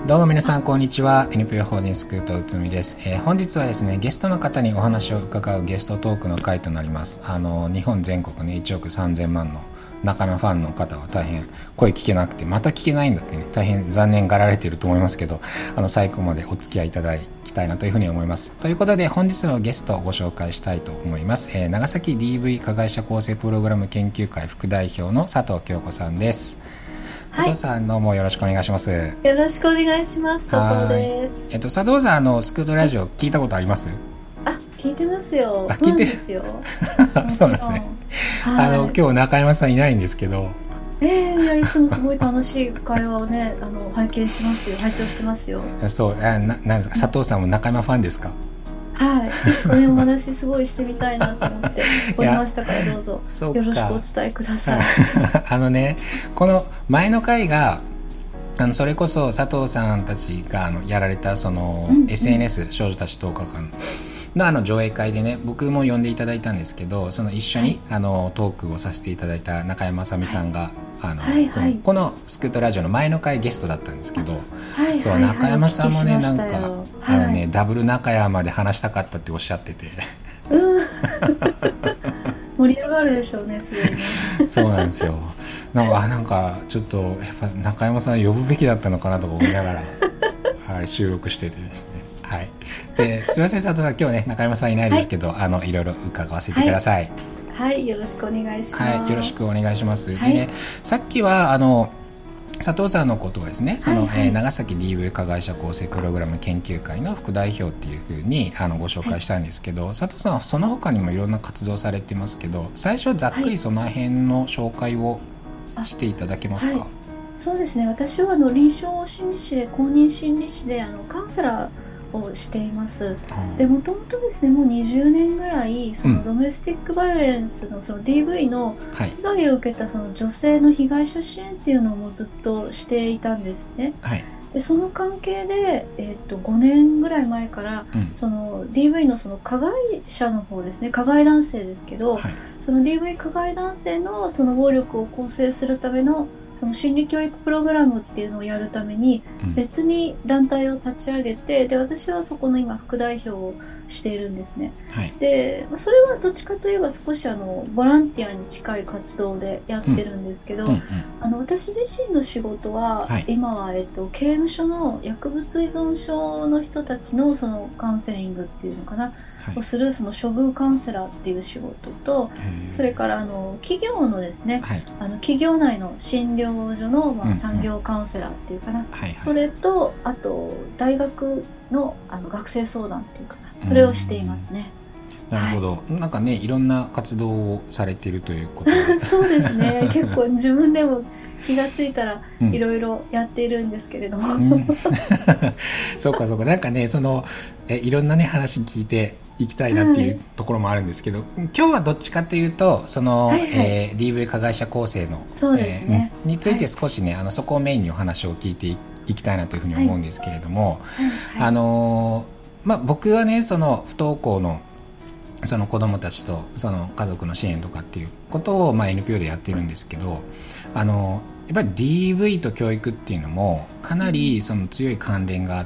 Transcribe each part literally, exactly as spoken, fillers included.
どうも皆さんこんにちは。 エヌピーオー 法人スクートうつみです、えー、本日はですねゲストの方にお話を伺うゲストトークの回となります。あの日本全国ねいちおくさんぜんまんの仲間ファンの方は大変声聞けなくてまた聞けないんだってね大変残念がられていると思いますけど、あの最後までお付き合いいただきたいなというふうに思います。ということで本日のゲストをご紹介したいと思います、えー、長崎 ディーブイ 加害者更生プログラム研究会副代表の佐藤京子さんです。佐藤さんどうもよろしくお願いします。 よろしくお願いします。佐藤です。 えっと、佐藤さんあのスクートラジオ聞いたことあります？ あ、聞いてますよ。 あ、聞いてですよ。 そうなんですね。あの今日中山さんいないんですけど、 えー、いやいつもすごい楽しい会話をねあの拝見しますよ。拝聴してますよ。 そうあななんですか、佐藤さんも中山ファンですか？ はい、いつかねお話すごいしてみたいなと思っておりましたからどうぞよろしくお伝えください。 あのねこの前の回があのそれこそ佐藤さんたちがあのやられたその、うんうん、エスエヌエス 少女たちとおかかんのあの上映会でね僕も呼んでいただいたんですけど、その一緒に、はい、あのトークをさせていただいた中山さみさんが、はいあのはいはい、この、このスクートラジオの前の回ゲストだったんですけど、はいはい、そう中山さんもねなんか、はい、あのねダブル中山で話したかったっておっしゃってて、 うん、盛り上がるでしょうねすねそうなんですよ。なんか、なんかちょっとやっぱ中山さん呼ぶべきだったのかなとか思いながらあれ収録しててですね、はい、ですみません佐藤さん今日ね中山さんいないですけど、はい、あのいろいろ伺わせてください。 はい、はい、よろしくお願いします。 はい、よろしくお願いします、はい、でねさっきはあの佐藤さんのことをですねその、はいはいえー、長崎 ディーブイ 加害者更生プログラム研究会の副代表っていうふうにあのご紹介したんですけど、はい、佐藤さんはその他にもいろんな活動されてますけど最初ざっくりその辺の紹介をしていただけますか？ はい、そうですね私はあの臨床心理士で公認心理士であのカウンセラーをしています。でもともとですねもうにじゅうねんぐらいそのドメスティックバイオレンスのその ディーブイ の被害を受けたその女性の被害者支援っていうのもずっとしていたんですね。はい、でその関係で、えー、とごねんぐらい前から、うん、その ディーブイ のその加害者の方ですね加害男性ですけど、はい、その ディーブイ 加害男性のその暴力を更生するためのその心理教育プログラムっていうのをやるために別に団体を立ち上げて、うん、で私はそこの今副代表をしているんですね。はい、でそれはどっちかといえば少しあのボランティアに近い活動でやってるんですけど、うんうんうん、あの私自身の仕事は、はい、今は、えっと、刑務所の薬物依存症の人たちのそのカウンセリングっていうのかな、はい、をするその処遇カウンセラーっていう仕事とそれからあの企業のですね、はい、あの企業内の診療所の、まあ、産業カウンセラーっていうかな、うんうんはいはい、それとあと大学 の, あの学生相談っていうかなそれをしていますね。 なるほど、はい、なんかねいろんな活動をされているということでそうですね結構自分でも気がついたらいろいろやっているんですけれども、うんうん、 そうかそうかなんかねそのえいろんなね話聞いていきたいなっていうところもあるんですけど、はい、今日はどっちかというとその、はいはいえー、ディーブイ 加害者更生のそうですね、 えー、について少しね、はい、あのそこをメインにお話を聞いていきたいなというふうに思うんですけれども、はいはいはい、あのーまあ、僕はねその不登校のその子どもたちとその家族の支援とかっていうことをまあ エヌピーオー でやってるんですけど、あのやっぱり ディーブイ と教育っていうのもかなりその強い関連があって、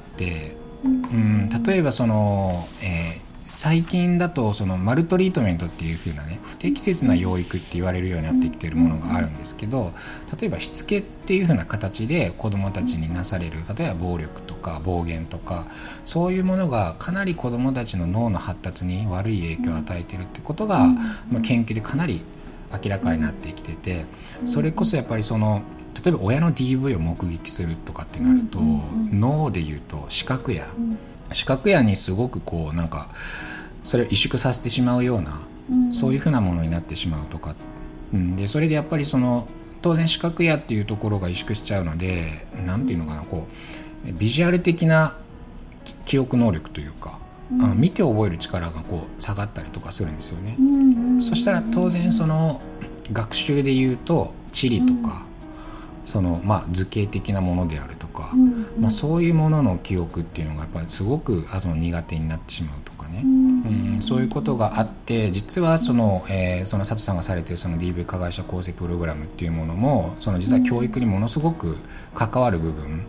うん、例えばその、えー最近だとそのマルトリートメントっていう風なね不適切な養育って言われるようになってきているものがあるんですけど、例えばしつけっていう風な形で子どもたちになされる例えば暴力とか暴言とかそういうものがかなり子どもたちの脳の発達に悪い影響を与えているってことが、まあ、研究でかなり明らかになってきてて、それこそやっぱりその例えば親の ディーブイ を目撃するとかってなると脳でいうと視覚野視覚野にすごくこうなんかそれを萎縮させてしまうような、うん、そういうふうなものになってしまうとか、うん、でそれでやっぱりその当然視覚野っていうところが萎縮しちゃうのでなんていうのかなこうビジュアル的な記憶能力というか、うん、見て覚える力がこう下がったりとかするんですよね、うんうん、そしたら当然その学習でいうと地理とか、うんそのまあ、図形的なものであるとか、うんうんまあ、そういうものの記憶っていうのがやっぱりすごくあの苦手になってしまうとかね、うんうん、そういうことがあって実はその、えー、その佐藤さんがされているその ディーブイ 加害者更生プログラムっていうものもその実は教育にものすごく関わる部分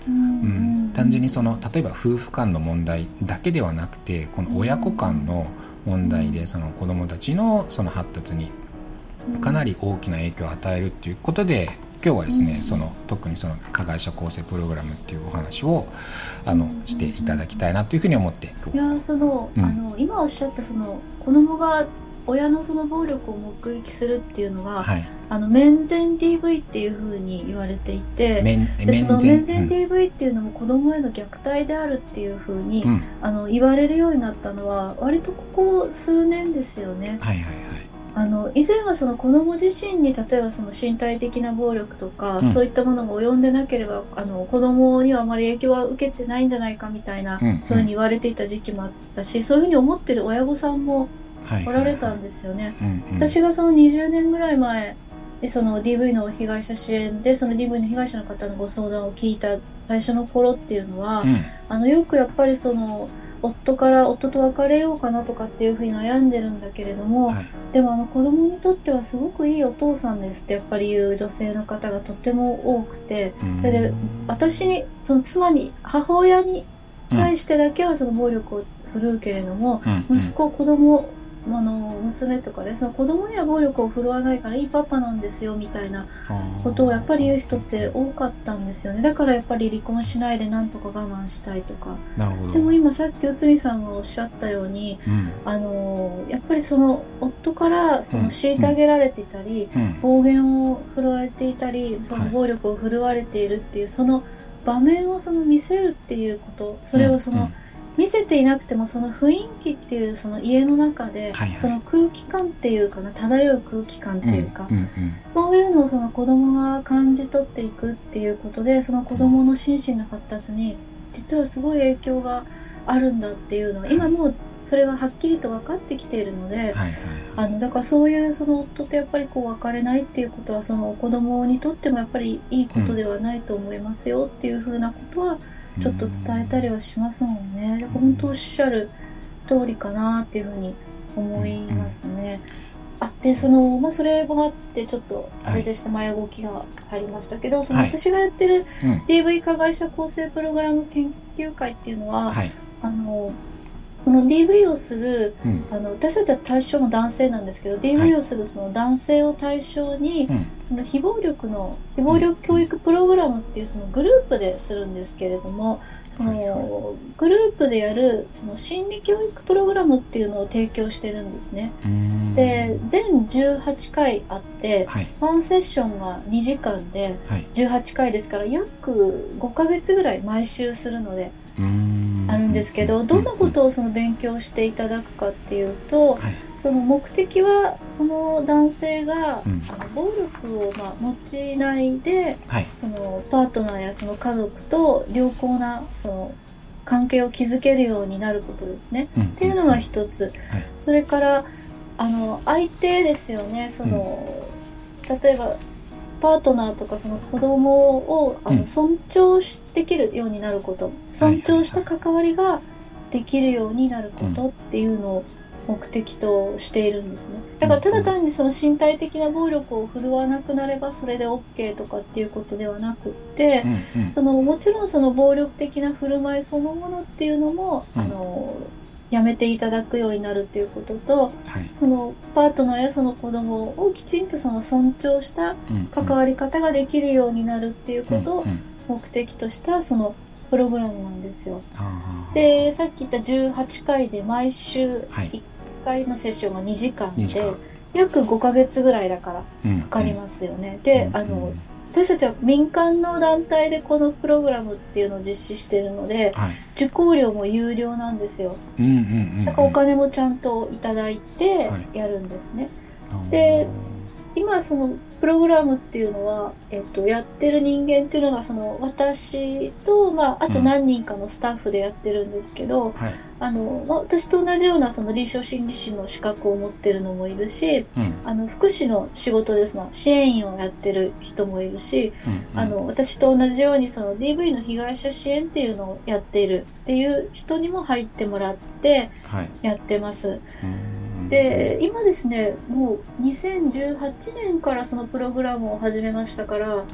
うんうん、 単純にその例えば夫婦間の問題だけではなくて、この親子間の問題でその子どもたちのその発達にかなり大きな影響を与えるっていうことで、今日はですね、その特にその加害者更生プログラムっていうお話をあのしていただきたいなというふうに思って、 いやその、うん、あの今おっしゃったその子どもが親のその暴力を目撃するっていうのが、はい、あの面前 ディーブイ っていうふうに言われていて、でその面前 ディーブイ っていうのも子どもへの虐待であるっていうふうに、うん、あの言われるようになったのは割とここ数年ですよね。 はいはいはい。 あの以前はその子ども自身に例えばその身体的な暴力とか、うん、そういったものが及んでなければあの子どもにはあまり影響は受けてないんじゃないかみたいなふうに言われていた時期もあったし、そういうふうに思ってる親御さんもおられたんですよね。私がそのにじゅうねんぐらい前でその ディーブイ の被害者支援でその ディーブイ の被害者の方のご相談を聞いた最初の頃っていうのは、うん、あのよくやっぱりその夫から夫と別れようかなとかっていうふうに悩んでるんだけれども、はい、でもあの子供にとってはすごくいいお父さんですってやっぱり言う女性の方がとっても多くて、それで私にその妻に母親に対してだけはその暴力を振るうけれども、うん、息子子供あの娘とかでその子供には暴力を振るわないからいいパパなんですよみたいなことをやっぱり言う人って多かったんですよね。だからやっぱり離婚しないでなんとか我慢したいとか。 なるほど。 でも今さっき内海さんがおっしゃったように、うん、あのやっぱりその夫からその虐げられていたり、うんうん、暴言を振るわれていたりその暴力を振るわれているっていう、はい、その場面をその見せるっていうこと、それをその、うんうん見せていなくてもその雰囲気っていうその家の中で、はいはい、その空気感っていうかな漂う空気感っていうか、うんうんうん、そういうのをその子供が感じ取っていくっていうことでその子供の心身の発達に実はすごい影響があるんだっていうのは今もうそれがはっきりと分かってきているので、はいはいはい、あのだからそういうその夫とやっぱりこう別れないっていうことはその子供にとってもやっぱりいいことではないと思いますよっていうふうなことはちょっと伝えたりはしますもんね。だから本当おっしゃる通りかなっていうふうに思いますね。あでそのまあそれもあってちょっとあれでした、はい、前動きが入りましたけど、その私がやってる ディーブイ 加害者更生プログラム研究会っていうのは、はい、あのこの ディーブイ をする、うん、あの私たちは対象も男性なんですけど ディーブイ をするその男性を対象に、はい、その非暴力の非暴力教育プログラムっていうそのグループでするんですけれども、そのグループでやるその心理教育プログラムっていうのを提供してるんですね。で全じゅうはちかいあって、はい、ワンセッションがにじかんでじゅうはちかいですから約ごかげつぐらい毎週するのであるんですけど、どんなことをその勉強していただくかっていうと、はい、その目的はその男性が、うん、あの暴力をまあ持ちないで、はい、そのパートナーやその家族と良好なその関係を築けるようになることですね、うん、っていうのが一つ、はい、それからあの相手ですよね。その、うん、例えばパートナーとかその子供をあの尊重できるようになること、うん、尊重した関わりができるようになることっていうのを目的としているんですね。だからただ単にその身体的な暴力を振るわなくなればそれで OK とかっていうことではなくって、うんうん、そのもちろんその暴力的な振る舞いそのものっていうのも、うん、あのやめていただくようになるっていうことと、はい、そのパートナーやその子供をきちんとその尊重した関わり方ができるようになるっていうことを目的としたそのプログラムなんですよ。うんうん、でさっき言ったじゅうはちかいで毎週いっかいのセッションがにじかんで、はい、約ごかげつぐらいだからかかりますよね。うんうん、で、あの私たちは民間の団体でこのプログラムっていうのを実施しているので、はい、受講料も有料なんですよ。うんうんうんうん、だからお金もちゃんといただいてやるんですね。はい、で今そのプログラムっていうのは、えっと、やってる人間っていうのがその私と、まあ、あと何人かのスタッフでやってるんですけど、うんはい、あのまあ、私と同じようなその臨床心理士の資格を持ってるのもいるし、うん、あの福祉の仕事ですが支援員をやってる人もいるし、うんうん、あの私と同じようにその ディーブイ の被害者支援っていうのをやっているっていう人にも入ってもらってやってます。はいで今ですねもうにせんじゅうはちねんからそのプログラムを始めましたから、はい、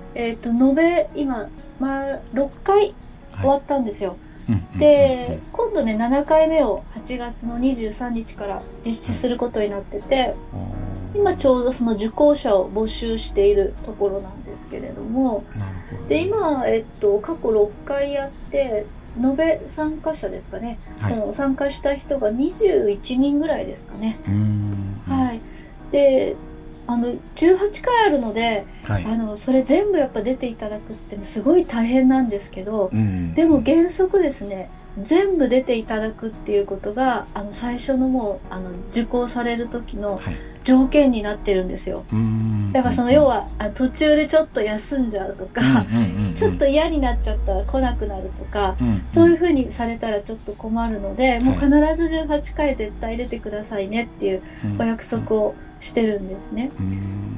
えっと延べ今、まあ、ろっかい終わったんですよ。で、今度ねななかいめをはちがつのにじゅうさんにちから実施することになってて、今ちょうどその受講者を募集しているところなんですけれども、で今、えっと、過去ろっかいやって延べ参加者ですかね、はい、その参加した人がにじゅういちにんぐらいですかね。うーん、はい、であのじゅうはちかいあるので、はい、あのそれ全部やっぱ出ていただくってすごい大変なんですけど、うん、でも原則ですね全部出ていただくっていうことがあの最初のもうあの受講される時の条件になってるんですよ。はい、だからその要はあ途中でちょっと休んじゃうとか、ちょっと嫌になっちゃったら来なくなるとか、うんうん、そういう風にされたらちょっと困るので、もう必ずじゅうはちかい絶対出てくださいねっていうお約束をしてるんですね。うん、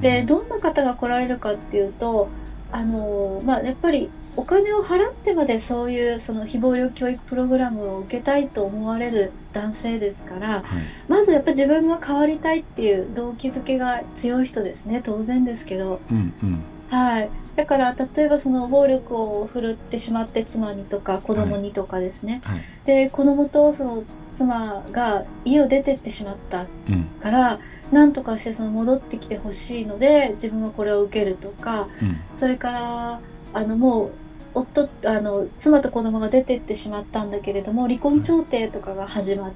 でどんな方が来られるかっていうと、あのまあ、やっぱりお金を払ってまでそういうその非暴力教育プログラムを受けたいと思われる男性ですから、はい、まずやっぱり自分が変わりたいっていう動機づけが強い人ですね。当然ですけど、うんうん、はい、だから例えばその暴力を振るってしまって妻にとか子供にとかですね、はいはい、で子供とその妻が家を出てってしまったから、うん、なんとかしてその戻ってきてほしいので自分はこれを受けるとか、うん、それからあのもう夫あの妻と子供が出てってしまったんだけれども離婚調停とかが始まって、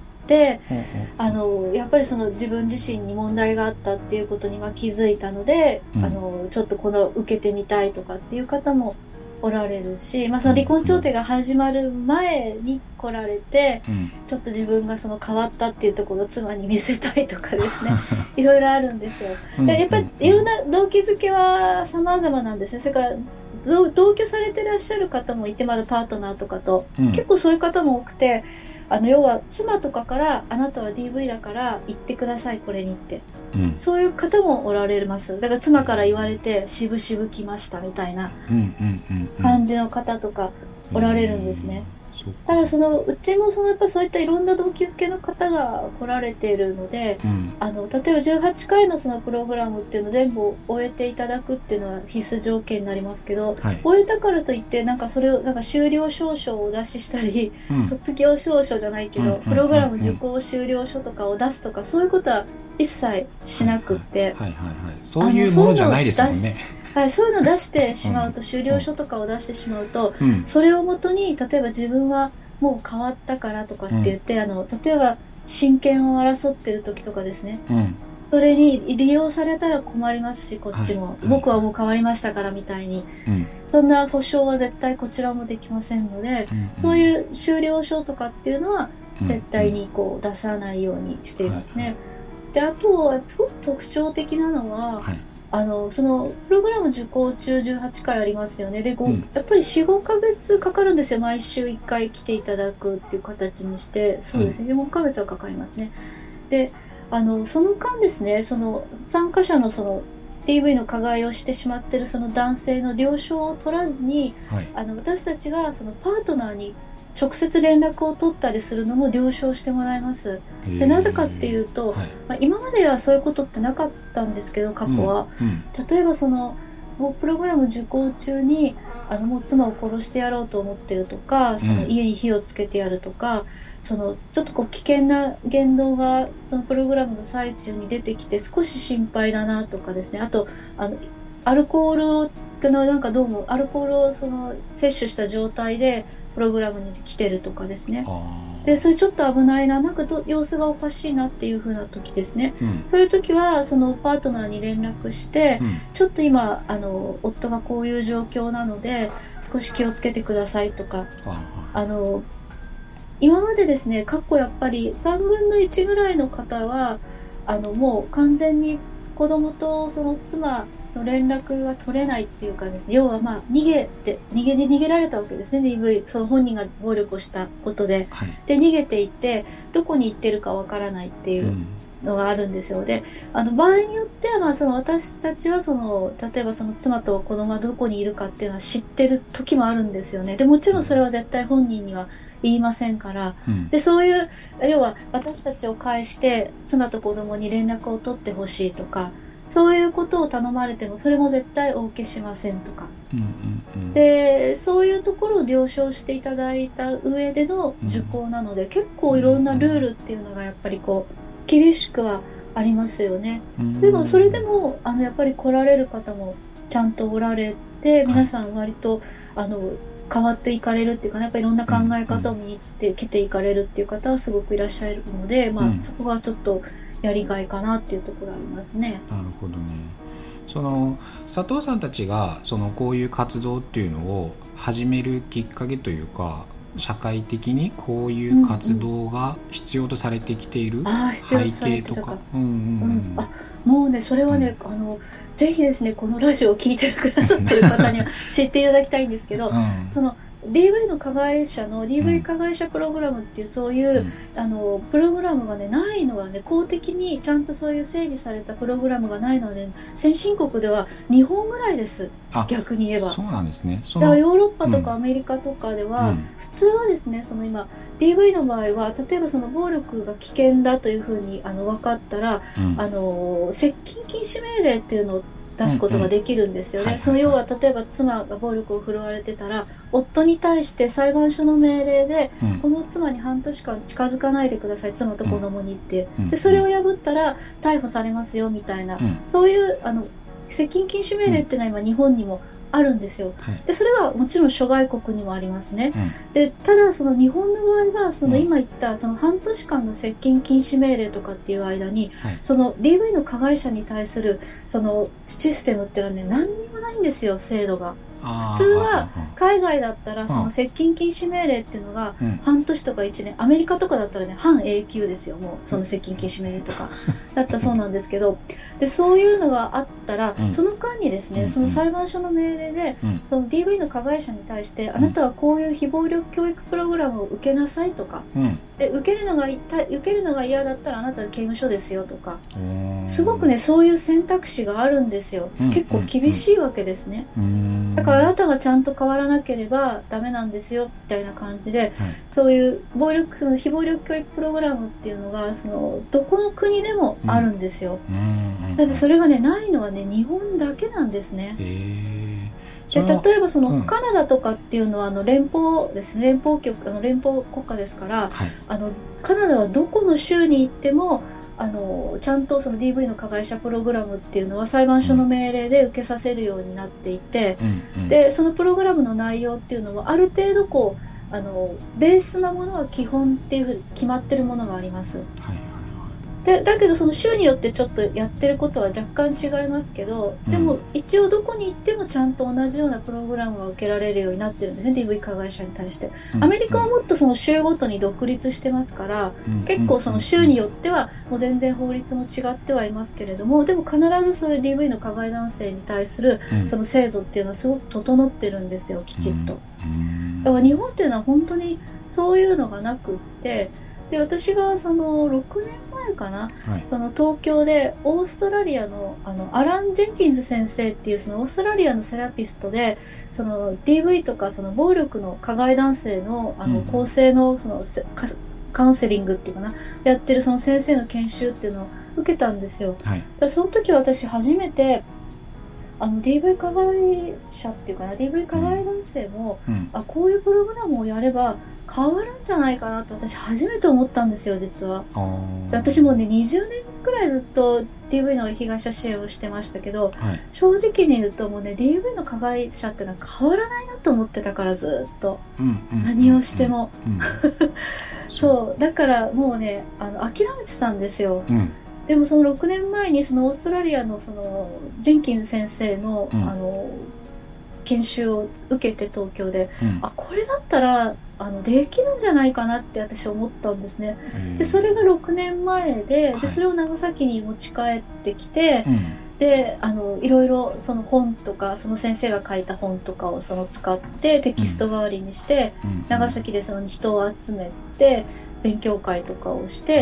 はい、あのやっぱりその自分自身に問題があったっていうことには気づいたので、うん、あのちょっとこの受けてみたいとかっていう方もおられるし、まあ、その離婚調停が始まる前に来られて、うん、ちょっと自分がその変わったっていうところを妻に見せたいとかですねいろいろあるんですよ。でやっぱりいろんな動機づけは様々なんですね。それから同居されてらっしゃる方もいて、まだパートナーとかと、うん、結構そういう方も多くて、あの要は妻とかからあなたは ディーブイ だから言ってくださいこれにって、うん、そういう方もおられます。だから妻から言われてしぶしぶ来ましたみたいな感じの方とかおられるんですね。ただそのうちもそのやっぱそういったいろんな動機づけの方が来られているので、うん、あの例えばじゅうはちかいのそのプログラムっていうのを全部終えていただくっていうのは必須条件になりますけど、はい、終えたからといってなんかそれをなんか修了証書をお出ししたり、うん、卒業証書じゃないけど、うん、プログラム受講終了書とかを出すとかそういうことは一切しなくって、はいはいはいはい、 そういうものじゃないですもんね。 はい、そういうのを出してしまうと、終了書とかを出してしまうと、うん、それをもとに例えば自分はもう変わったからとかって言って、うん、あの例えば親権を争ってる時とかですね、うん、それに利用されたら困りますしこっちも、はい、僕はもう変わりましたからみたいに、うん、そんな保証は絶対こちらもできませんので、うんうん、そういう終了書とかっていうのは絶対にこう出さないようにしていますね。はいはい、であとはすごく特徴的なのは、はい、あのそのプログラム受講中じゅうはちかいありますよね。で、うん、やっぱり よん、ごかげつかかるんですよ。毎週いっかい来ていただくっていう形にして、そうですね、よんかげつはかかりますね。で、あのその間ですね、その参加者のその ディーブイ の加害をしてしまっているその男性の了承を取らずに、はい、あの私たちがそのパートナーに直接連絡を取ったりするのも了承してもらいます。でなぜかっていうと、はい、まあ、今まではそういうことってなかったんですけど過去は、うんうん、例えばそのもうプログラム受講中にあのもう妻を殺してやろうと思ってるとか、その家に火をつけてやるとか、うん、そのちょっとこう危険な言動がそのプログラムの最中に出てきて少し心配だなとかですね、あとあのアルコールをなんかどうもアルコールをその摂取した状態でプログラムに来てるとかですね。でそれちょっと危ないな、なんかど様子がおかしいなっていう風な時ですね、うん、そういう時はそのパートナーに連絡して、うん、ちょっと今あの夫がこういう状況なので少し気をつけてくださいとか、あの今までですね過去やっぱりさんぶんのいちぐらいの方はあのもう完全に子供とその妻の連絡が取れないっていうかですね、要はまあ逃げて逃げで逃げられたわけですね。 ディーブイ その本人が暴力をしたことで、はい、で逃げていってどこに行ってるかわからないっていうのがあるんですよ。であの場合によってはまあその私たちはその例えばその妻と子供がどこにいるかっていうのは知ってる時もあるんですよね。でもちろんそれは絶対本人には言いませんから、うん、でそういう要は私たちを介して妻と子供に連絡を取ってほしいとか、 そういうことを頼まれてもそれも絶対お受けしませんとか、 うんうんうん、 でそういうところを了承していただいた上での受講なので、うん、結構いろんなルールっていうのがやっぱりこう厳しくはありますよね、うん、でもそれでもあのやっぱり来られる方もちゃんとおられて、皆さん割と、はい、あの変わっていかれるっていうか、ね、やっぱりいろんな考え方を身につけていかれるっていう方はすごくいらっしゃるので、まあ、うん、そこがちょっとやりがいかなっていうところありますね。 なるほどね。その佐藤さんたちがそのこういう活動っていうのを始めるきっかけというか、社会的にこういう活動が必要とされてきている背景とか、 あ、もうねそれはね、うん、あのぜひですねこのラジオを聞いてくださってる方には知っていただきたいんですけど、うん、その ディーブイ の加害者の ディーブイ 加害者プログラムっていうそういう、うん、あのプログラムがねないのはね、公的にちゃんとそういう整備されたプログラムがないので、先進国ではにほんぐらいです。逆に言えば。 そうなんですね。 そのだからヨーロッパとかアメリカとかでは、うん、普通はですね、その今 ディーブイ の場合は例えばその暴力が危険だというふうにあの分かったら、うん、あの接近禁止命令っていうのを出すことができるんですよね。その要は例えば妻が暴力を振るわれてたら、夫に対して裁判所の命令で、うん、この妻に半年間近づかないでください、妻と子供にって、うん、でそれを破ったら逮捕されますよみたいな、うん、そういうあの接近禁止命令っていうのは今日本にもあるんですよ。でそれはもちろん諸外国にもありますね、うん、でただその日本の場合はその今言ったその半年間の接近禁止命令とかっていう間に、はい、その ディーブイ の加害者に対するそのシステムっていうのはね何にもないんですよ、制度が。普通は海外だったらその接近禁止命令っていうのが半年とかいちねん、アメリカとかだったらね半永久ですよ、もうその接近禁止命令とかだったそうなんですけど、でそういうのがあったら、その間にですね、その裁判所の命令でその ディーブイ の加害者に対してあなたはこういう非暴力教育プログラムを受けなさいとか、で受けるのが受けるのが嫌だったらあなたは刑務所ですよとか、すごくねそういう選択肢があるんですよ。結構厳しいわけですね。だからあなたがちゃんと変わらなければダメなんですよみたいな感じで、はい、そういう暴力その非暴力教育プログラムっていうのがそのどこの国でもあるんですよ、うん、だってそれがねないのはね日本だけなんですね。へー。で例えばその、うん、カナダとかっていうのはあの連邦ですね、連邦局あの連邦国家ですから、はい、あのカナダはどこの州に行ってもあのちゃんとその ディーブイ の加害者プログラムっていうのは裁判所の命令で受けさせるようになっていて、うんうん、でそのプログラムの内容っていうのはある程度こうあのベースなものは基本っていうふうに決まってるものがあります、はいはいはい、でだけどその州によってちょっとやってることは若干違いますけど、でも一応どこに行ってもちゃんと同じようなプログラムが受けられるようになってるんですね、 ディーブイ 加害者に対して。アメリカはもっとその州ごとに独立してますから、うん、結構その州によってはもう全然法律も違ってはいますけれども、でも必ずそういう ディーブイ の加害男性に対するその制度っていうのはすごく整ってるんですよ、きちっと。だから日本っていうのは本当にそういうのがなくって、で私がそのろくねんまえかな、はい、その東京でオーストラリア の, あのアラン・ジェンキンズ先生っていうそのオーストラリアのセラピストでその ディーブイ とかその暴力の加害男性 の, あの構成 の, そのカウンセリングっていうかなやってるその先生の研修っていうのを受けたんですよ、はい、だその時私初めてあの ディーブイ 加害者っていうかな ディーブイ 加害男性も、うん、あこういうプログラムをやれば変わるんじゃないかなって私初めて思ったんですよ、実は。で私もねにじゅうねんくらいずっと ディーブイ の被害者支援をしてましたけど、はい、正直に言うともうね ディーブイ の加害者ってのは変わらないなと思ってたからずっと、うんうん、何をしても、うんうん、そうだからもうねあの諦めてたんですよ、うん、でもそのろくねんまえにそのオーストラリアのそのジェンキンズ先生の、うん、あの研修を受けて東京で、うん、あこれだったらあのできるんじゃないかなって私思ったんですね。でそれがろくねんまえ で, でそれを長崎に持ち帰ってきて、はい、であのいろいろその本とかその先生が書いた本とかをその使ってテキスト代わりにして、うん、長崎でその人を集めて勉強会とかをして、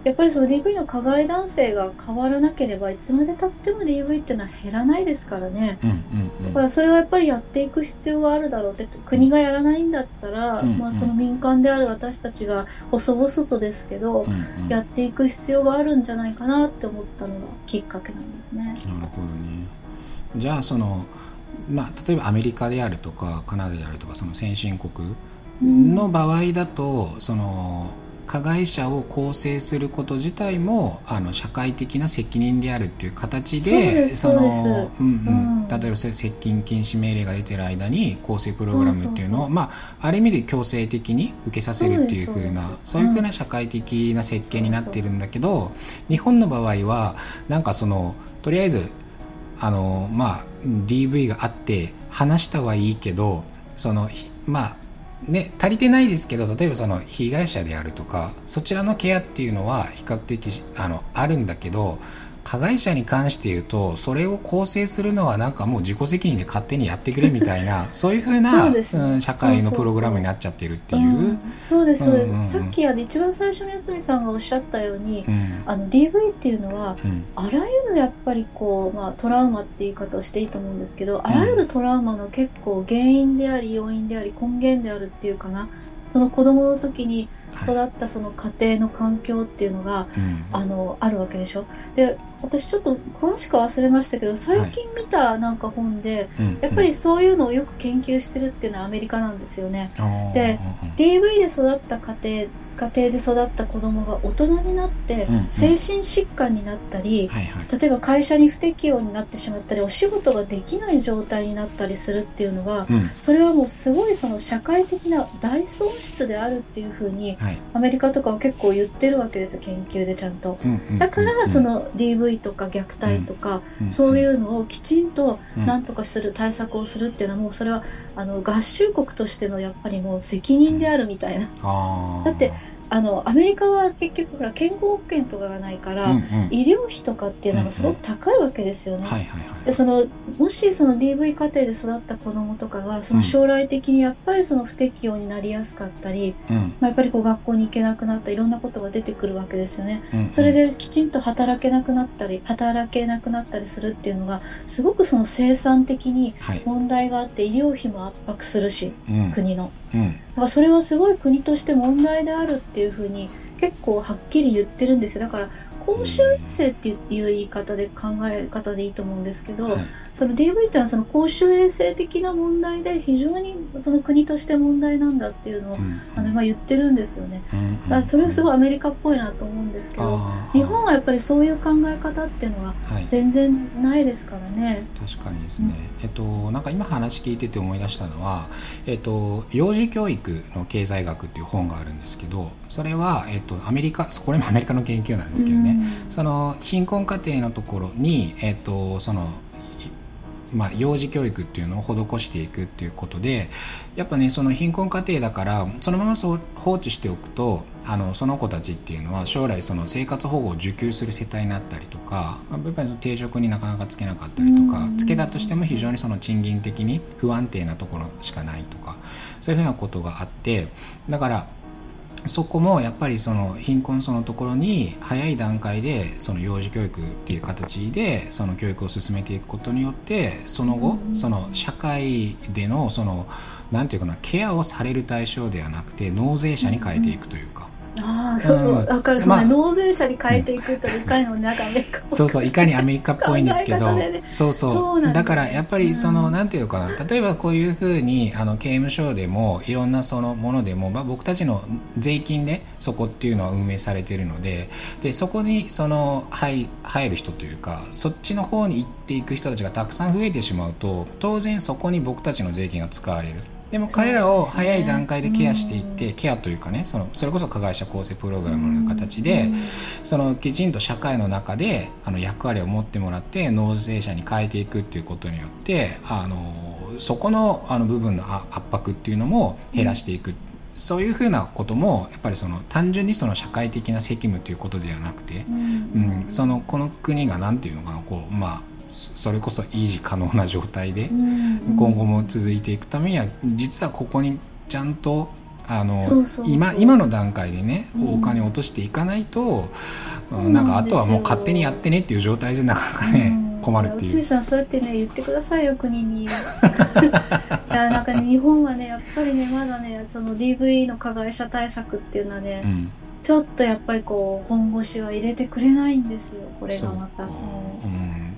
やっぱりその ディーブイ の加害男性が変わらなければいつまでたっても ディーブイ っていうのは減らないですからね、 うんうんうん、 だからそれはやっぱりやっていく必要があるだろうって、国がやらないんだったら、うんうん、まあ、その民間である私たちが細々とですけど、うんうん、やっていく必要があるんじゃないかなって思ったのがきっかけなんですね。 なるほどね。じゃあその、まあ、例えばアメリカであるとかカナダであるとかその先進国の場合だと、うん、その加害者を構成すること自体もあの社会的な責任であるっていう形で、その例えば接近禁止命令が出ている間に更生プログラムっていうのを、まあ、ある意味で強制的に受けさせるっていう風な、そういう風な社会的な設計になっているんだけど、日本の場合はなんかそのとりあえずあの、まあ、ディーブイ があって話したはいいけど、そのまあね、足りてないですけど、例えばその被害者であるとかそちらのケアっていうのは比較的 あのあるんだけど、加害者に関して言うとそれを構成するのはなんかもう自己責任で勝手にやってくれみたいなそういう風な、ね、うん、社会のプログラムになっちゃってるっていう。 そうです、うんうんうん、さっきあの一番最初に内海さんがおっしゃったように、うん、あの ディーブイ っていうのは、うん、あらゆるやっぱりこう、まあ、トラウマって言い方をしていいと思うんですけど、あらゆるトラウマの結構原因であり要因であり根源であるっていうかな、その子供の時に育ったその家庭の環境っていうのが、はい、あのあるわけでしょ。で、私ちょっと詳しく忘れましたけど、最近見たなんか本で、はい、やっぱりそういうのをよく研究してるっていうのはアメリカなんですよね。で、ディーブイ で育った家庭家庭で育った子供が大人になって精神疾患になったり、うんうん、例えば会社に不適応になってしまったりお仕事ができない状態になったりするっていうのは、うん、それはもうすごいその社会的な大損失であるっていうふうに、はい、アメリカとかは結構言ってるわけですよ、研究でちゃんと、うんうんうんうん、だからその ディーブイ とか虐待とか、うんうん、そういうのをきちんと何とかする対策をするっていうのはもうそれはあの合衆国としてのやっぱりもう責任であるみたいな、うん、だってあのアメリカは結局ほら健康保険とかがないから、うんうん、医療費とかっていうのがすごく高いわけですよね。でそのもしその ディーブイ 家庭で育った子どもとかがその将来的にやっぱりその不適応になりやすかったり、うんまあ、やっぱりこう学校に行けなくなったりいろんなことが出てくるわけですよね、うんうん、それできちんと働けなくなったり働けなくなったりするっていうのがすごくその生産的に問題があって、はい、医療費も圧迫するし、うん、国のうん、だからそれはすごい国として問題であるっていうふうに結構はっきり言ってるんですよ。だから公衆衛生っていう言い方で考え方でいいと思うんですけど、はい、その ディーブイ っていうのはその公衆衛生的な問題で非常にその国として問題なんだっていうのを、うん、あのまあ言ってるんですよね、うん、だからそれはすごいアメリカっぽいなと思うんですけど、日本はやっぱりそういう考え方っていうのは全然ないですからね、はい、 確かにですね、うん、えっとなんか今話聞いてて思い出したのは、えっと、幼児教育の経済学っていう本があるんですけど、それは、えっと、アメリカこれもアメリカの研究なんですけどね、うん、その貧困家庭のところに、えっと、そのまあ、幼児教育っていうのを施していくっていうことで、やっぱねその貧困家庭だからそのままそう放置しておくとあのその子たちっていうのは将来その生活保護を受給する世帯になったりとか、やっぱり定職になかなかつけなかったりとか、つけたとしても非常にその賃金的に不安定なところしかないとか、そういうふうなことがあって、だからそこもやっぱりその貧困層のところに早い段階でその幼児教育っていう形でその教育を進めていくことによって、その後その社会でのそのなんていうかなケアをされる対象ではなくて納税者に変えていくというか、 ああ、うん、だからその、まあ、納税者に変えていくといかにもなんかアメリカっぽいそうそういかにアメリカっぽいんですけど、ね、そうそう、そうなんですね、だからやっぱりその、うん、なんていうかな、例えばこういうふうにあの刑務所でもいろんなそのものでも、まあ、僕たちの税金でそこっていうのは運営されているので、でそこにその入り入る人というかそっちの方に行っていく人たちがたくさん増えてしまうと、当然そこに僕たちの税金が使われる。でも彼らを早い段階でケアしていって、ね、ケアというかね、そのそれこそ加害者更生プログラムの形で、そのきちんと社会の中であの役割を持ってもらって納税者に変えていくっていうことによって、あのそこの、あの部分の圧迫っていうのも減らしていく、うん、そういうふうなこともやっぱりその単純にその社会的な責務ということではなくて、うんうん、そのこの国がなんていうのかな、こうまあそれこそ維持可能な状態で今後も続いていくためには、実はここにちゃんとあのそうそうそう、 今, 今の段階でね、 うん、 お金を落としていかないと、 うん、 なんかあとはもう勝手にやってねっていう状態でなかなかね、うん、困るっていう。 内海さんそうやってね言ってくださいよ、国に。いやなんか、ね、日本はねやっぱりねまだねその ディーブイ の加害者対策っていうのはね、うん、ちょっとやっぱりこう本腰は入れてくれないんですよ、これがまた。うん、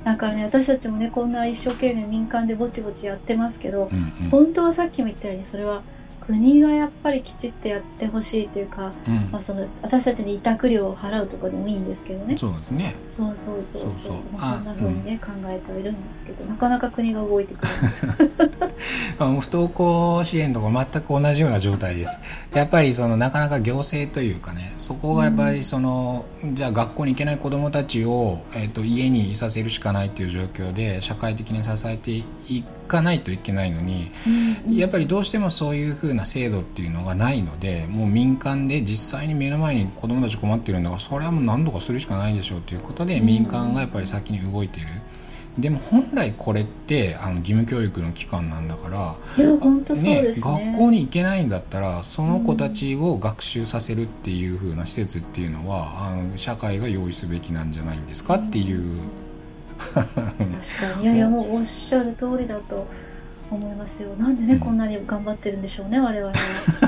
だからね私たちもねこんな一生懸命民間でぼちぼちやってますけど、うんうん、本当はさっきも言ったようにそれは国がやっぱりきちっとやってほしいというか、うん、まあ、その私たちに委託料を払うとかでもいいんですけどね。 そうですね。 そうそうそうそう。そうそう、まあ、そんな風にね、うん、考えてはいるんですけど、なかなか国が動いてくれない。 不登校支援とか全く同じような状態です。やっぱりそのなかなか行政というかね、そこがやっぱりその、うん、じゃあ学校に行けない子どもたちを、えーと、家にいさせるしかないという状況で社会的に支えていかないといけないのに、うん、やっぱりどうしてもそういう風な制度っていうのがないので、もう民間で実際に目の前に子どもたち困ってるんだからそれはもう何とかするしかないでしょうということで、民間がやっぱり先に動いている。でも本来これってあの義務教育の機関なんだから、 いや本当そうですね、 学校に行けないんだったらその子たちを学習させるっていう風な施設っていうのは、あの社会が用意すべきなんじゃないんですかっていう、 確かに、いやいやもうおっしゃる通りだと思いますよ。なんでね、うん、こんなに頑張ってるんでしょうね、我々は。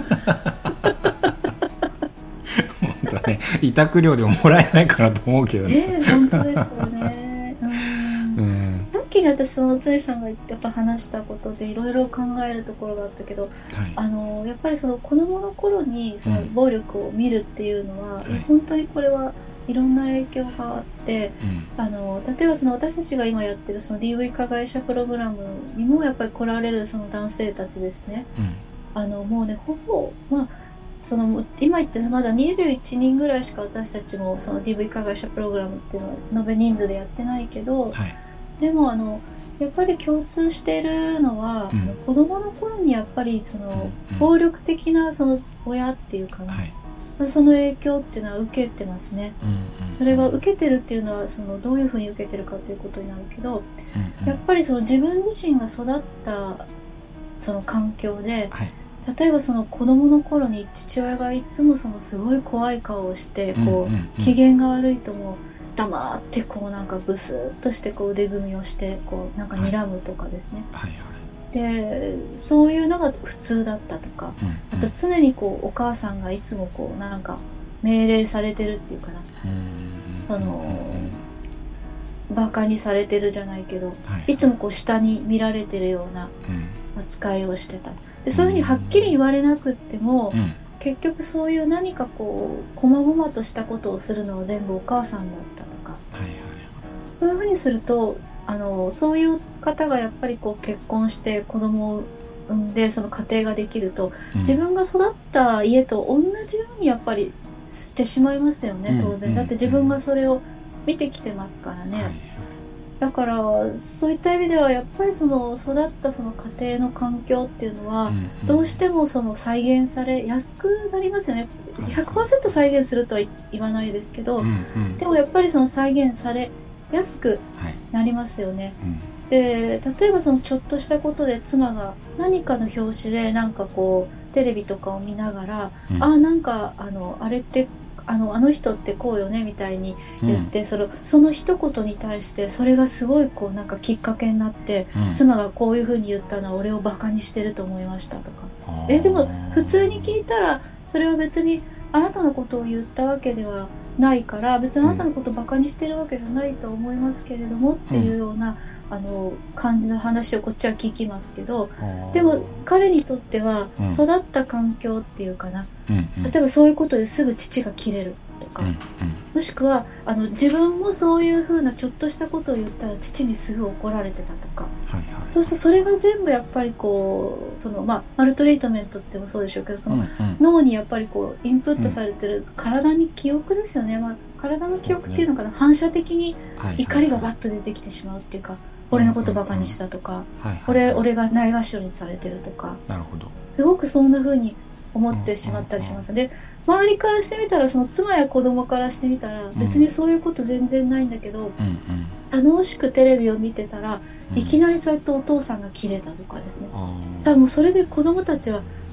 本当ね、委託料でももらえないかなと思うけどね。 えー、本当ですよね。うん、うん、さっきね私そのついさんがやっぱ話したことでいろいろ考えるところがあったけど、はい、あのやっぱりその子供の頃にその暴力を見るっていうのは、うん、本当にこれはいろんな影響があって、うん、あの例えばその私たちが今やってるその ディーブイ 加害者プログラムにもやっぱり来られるその男性たちですね、うん、あのもうねほぼまあその今言ってまだにじゅういちにんぐらいしか私たちもその ディーブイ 加害者プログラムっていうのは延べ人数でやってないけど、はい、でもあのやっぱり共通しているのは、うん、子供の頃にやっぱりその暴力的なその親っていうかな、はい、その影響っていうのは受けてますね、うんうん、それが受けてるっていうのはそのどういうふうに受けてるかっていうことになるけど、うんうん、やっぱりその自分自身が育ったその環境で、はい、例えばその子供の頃に父親がいつもそのすごい怖い顔をしてこう、うんうんうん、機嫌が悪いともう黙ってこうなんかブスッとしてこう腕組みをしてこうなんか睨むとかですね、はいはいはいでそういうのが普通だったとか、うんうん、あと常にこうお母さんがいつもこうなんか命令されてるっていうかな、うんその、うん、バカにされてるじゃないけど、はいはい、いつもこう下に見られてるような扱いをしてた。でそういうふうにはっきり言われなくっても、うん、結局そういう何かこう細々としたことをするのは全部お母さんだったとか、はいはいはい、そういうふうにするとあのそういう方がやっぱりこう結婚して子供を産んでその家庭ができると、うん、自分が育った家と同じようにやっぱりしてしまいますよね、当然、うん、だって自分がそれを見てきてますからね、はいはい、だからそういった意味ではやっぱりその育ったその家庭の環境っていうのはどうしてもその再現されやすくなりますよね。 ひゃくパーセント 再現するとは言わないですけど、うんうん、でもやっぱりその再現されやすくなりますよね、はいうん、で例えばそのちょっとしたことで妻が何かの表紙でなんかこうテレビとかを見ながら、うん、あなんかあのあれってあのあの人ってこうよねみたいに言って、うん、そのその一言に対してそれがすごいこうなんかきっかけになって、うん、妻がこういう風に言ったのは俺をバカにしてると思いましたとか、えでも普通に聞いたらそれは別にあなたのことを言ったわけではないから別にあなたのことをバカにしてるわけじゃないと思いますけれども、うん、っていうようなあの感じの話をこっちは聞きますけど、でも彼にとっては育った環境っていうかな、うん、例えばそういうことですぐ父が切れるとか、うんうん、もしくはあの自分もそういう風なちょっとしたことを言ったら父にすぐ怒られてたとか、はいはい、そうするとそれが全部やっぱりこうその、まあ、マルトリートメントってもそうでしょうけどその、うんうん、脳にやっぱりこうインプットされてる体に記憶ですよね、まあ、体の記憶っていうのかな、反射的に怒りがバッと出てきてしまうっていうか、はいはいはい、俺のことバカにしたとか、うんうんはいはいはい、俺, 俺がないがしろにされてるとか、なるほど、すごくそんな風に思ってしまったりします、うんうんうん、で周りからしてみたらその妻や子供からしてみたら別にそういうこと全然ないんだけど、うんうん、楽しくテレビを見てたら、うん、いきなりそうやってお父さんが切れたとかですね、うん、多分それで子供たちは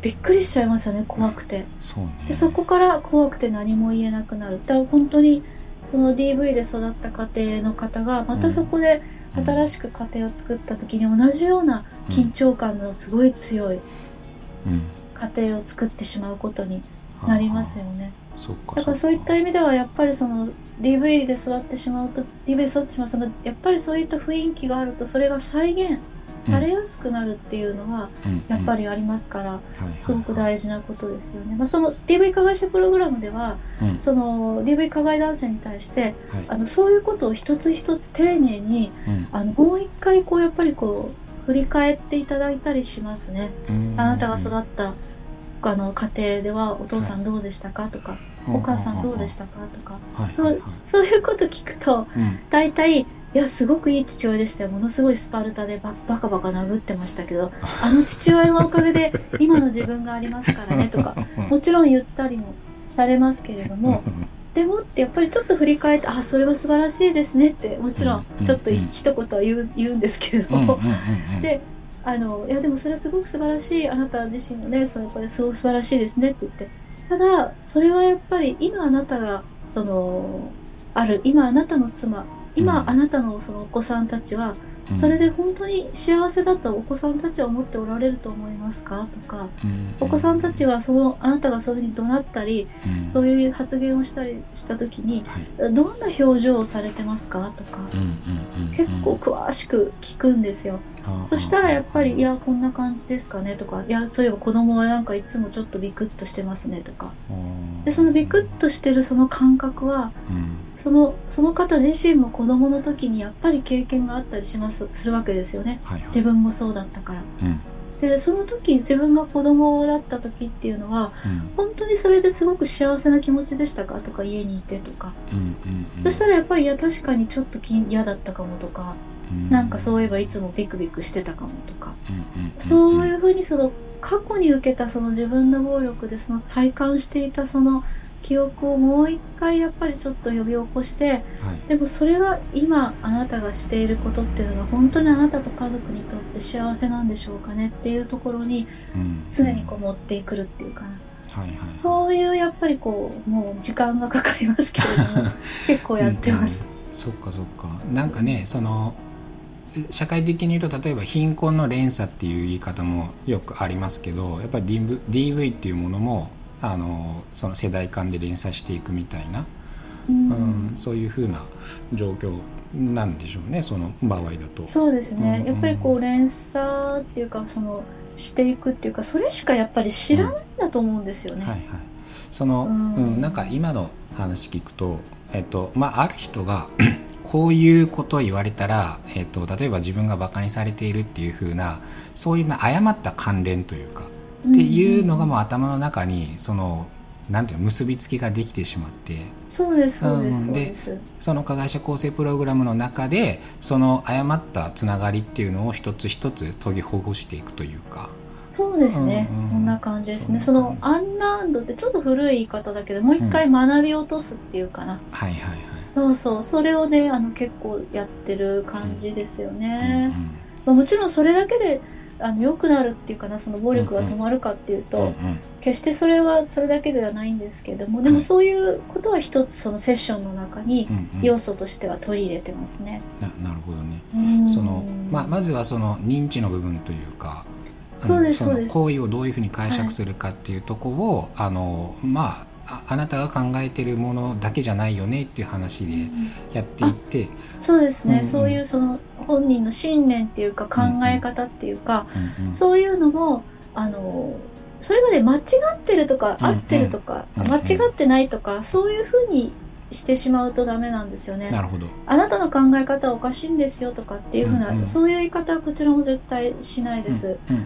びっくりしちゃいますよね、怖くて。 そうね、 でそこから怖くて何も言えなくなる。だから本当にその ディーブイ で育った家庭の方がまたそこで新しく家庭を作った時に同じような緊張感のすごい強い家庭を作ってしまうことになりますよね。 そっか、 だからそういった意味ではやっぱりその ディーブイ で育ってしまうと ディーブイ で育ってしまうそのやっぱりそういった雰囲気があるとそれが再現されやすくなるっていうのはやっぱりありますから、すごく大事なことですよね。まあ、その ディーブイ 加害者プログラムでは、うん、その ディーブイ 加害男性に対して、はい、あのそういうことを一つ一つ丁寧に、うん、あのもう一回こうやっぱりこう振り返っていただいたりしますね。あなたが育ったあの家庭ではお父さんどうでしたかとか、はい、お母さんどうでしたかとか、はいはいはい、そういうこと聞くと、うん、大体いやすごくいい父親でしたよ、ものすごいスパルタでババカバカ殴ってましたけどあの父親のおかげで今の自分がありますからねとかもちろん言ったりもされますけれどもでもってやっぱりちょっと振り返ってあそれは素晴らしいですねってもちろんちょっと一言は言う、言うんですけれどもであのいやでもそれはすごく素晴らしいあなた自身のねそれこれすごく素晴らしいですねって言ってただそれはやっぱり今あなたがそのある今あなたの妻今、うん、あなたのそのお子さんたちはそれで本当に幸せだとお子さんたちは思っておられると思いますかとか、うん、お子さんたちはそのあなたがそういうふうに怒鳴ったり、うん、そういう発言をしたりした時に、はい、どんな表情をされてますかとか、うん、結構詳しく聞くんですよ、うん、そしたらやっぱりいやこんな感じですかねとかいやそういえば子供はなんかいつもちょっとビクッとしてますねとかでそのビクッとしてるその感覚は、うんその、その方自身も子供の時にやっぱり経験があったりしますするわけですよね、はいはい、自分もそうだったから、うん、でその時自分が子供だった時っていうのは、うん、本当にそれですごく幸せな気持ちでしたかとか家にいてとか、うんうんうん、そしたらやっぱりいや確かにちょっと嫌だったかもとか、うん、なんかそういえばいつもビクビクしてたかもとか、うんうんうんうん、そういうふうにその過去に受けたその自分の暴力でその体感していたその記憶をもう一回やっぱりちょっと呼び起こして、はい、でもそれが今あなたがしていることっていうのが本当にあなたと家族にとって幸せなんでしょうかねっていうところに常にこう持ってくるっていうかな、はいはい、そういうやっぱりこうもう時間がかかりますけれども結構やってます、 うんうん、そっかそっかなんかねその社会的に言うと例えば貧困の連鎖っていう言い方もよくありますけどやっぱり ディーブイ っていうものもあのその世代間で連鎖していくみたいな、うんうん、そういう風な状況なんでしょうねその場合だと。 そうですね、うんうん、やっぱりこう連鎖っていうかそのしていくっていうかそれしかやっぱり知らないんだと思うんですよね、うんはいはい、 その、うんうん、なんか今の話聞くと、えっとまあ、ある人がこういうことを言われたら、えっと、例えば自分がバカにされているっていう風なそういうな誤った関連というかっていうのがもう頭の中にそのなんていうの結びつきができてしまってそうですそうです、うん、 でその加害者更生プログラムの中でその誤ったつながりっていうのを一つ一つ研ぎほぐしていくというかそうですね、うんうん、そんな感じですね。そのアンラーンドってちょっと古い言い方だけどもう一回学び落とすっていうかな、うん、はいはいはいそうそうそれをねあの結構やってる感じですよね、うんうんまあ、もちろんそれだけであの良くなるっていうかなその暴力が止まるかっていうと、うんうん、決してそれはそれだけではないんですけどもでもそういうことは一つそのセッションの中に要素としては取り入れてますね、 うんうん、な, なるほどねその、まあ、まずはその認知の部分というかそうですそうです行為をどういうふうに解釈するかっていうところを、はい、あのまああ, あなたが考えているものだけじゃないよねっていう話でやっていって、うん、 そうですね、うんうん、そういうその本人の信念っていうか考え方っていうか、うんうん、そういうのもあのそれまで間違ってるとか、うんうん、合ってるとか、うんうん、間違ってないとかそういうふうにしてしまうとダメなんですよね。 なるほど。 あなたの考え方はおかしいんですよとかっていうふうな、うんうん、そういう言い方はこちらも絶対しないです。うんうんうん、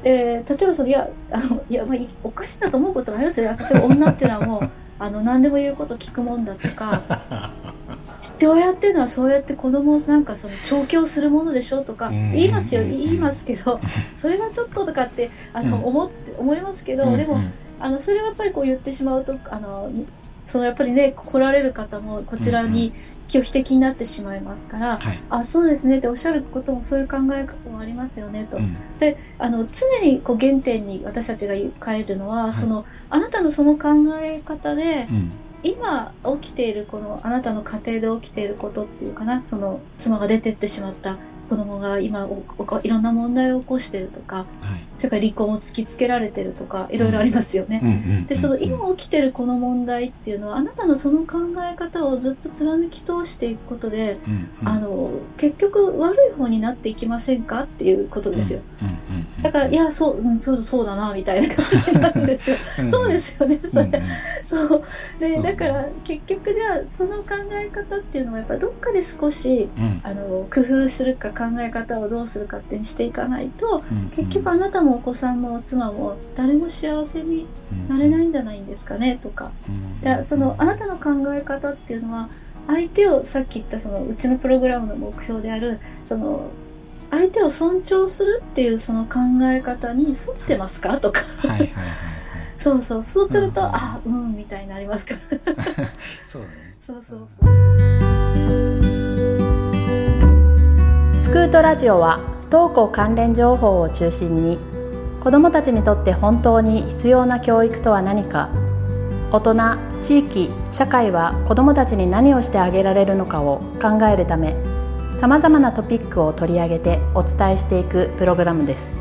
で例えばそのいやあのいや、まあ、おかしいなと思うこともありますよ。私は女っていうのはもうあの何でも言うこと聞くもんだとか父親っていうのはそうやって子供をなんかその調教するものでしょとか言いますよ言いますけどそれはちょっととかってあの、うん、思って思いますけど、うんうん、でもあのそれはやっぱりこう言ってしまうとあのそのやっぱりね来られる方もこちらに拒否的になってしまいますから、 はい、 あ、そうですねっておっしゃることもそういう考え方もありますよねと、 うん、 であの常にこう原点に私たちが変えるのは、 はい、 そのあなたのその考え方で、 うん、 今起きているこのあなたの家庭で起きていることっていうかな、その妻が出てってしまった子供が今おおいろんな問題を起こしているとか、 はい、 それから離婚を突きつけられているとかいろいろありますよね、 うんうんうんうん、 でその今起きているこの問題っていうのはあなたのその考え方をずっと貫き通していくことで、うんうん、あの結局悪い方になっていきませんかっていうことですよ、うんうんうんうん、だからいやそう、うん、そうそうだなみたいな感じになるんですよそうですよねそれ、うんうん、そうでそうだから結局じゃあその考え方っていうのはやっぱどっかで少し、うん、あの工夫するか考え方をどうするかってしていかないと、うんうん、結局あなたもお子さんも妻も誰も幸せになれないんじゃないんですかねとか、うんうん、そのあなたの考え方っていうのは相手をさっき言ったそのうちのプログラムの目標であるその相手を尊重するっていうその考え方に沿ってますかとかはいはいはい、はい、そうそうそうすると、うんうん、あうんみたいになりますからそうだねそうそうそうスクートラジオは不登校関連情報を中心に子どもたちにとって本当に必要な教育とは何か、大人、地域、社会は子どもたちに何をしてあげられるのかを考えるため、さまざまなトピックを取り上げてお伝えしていくプログラムです。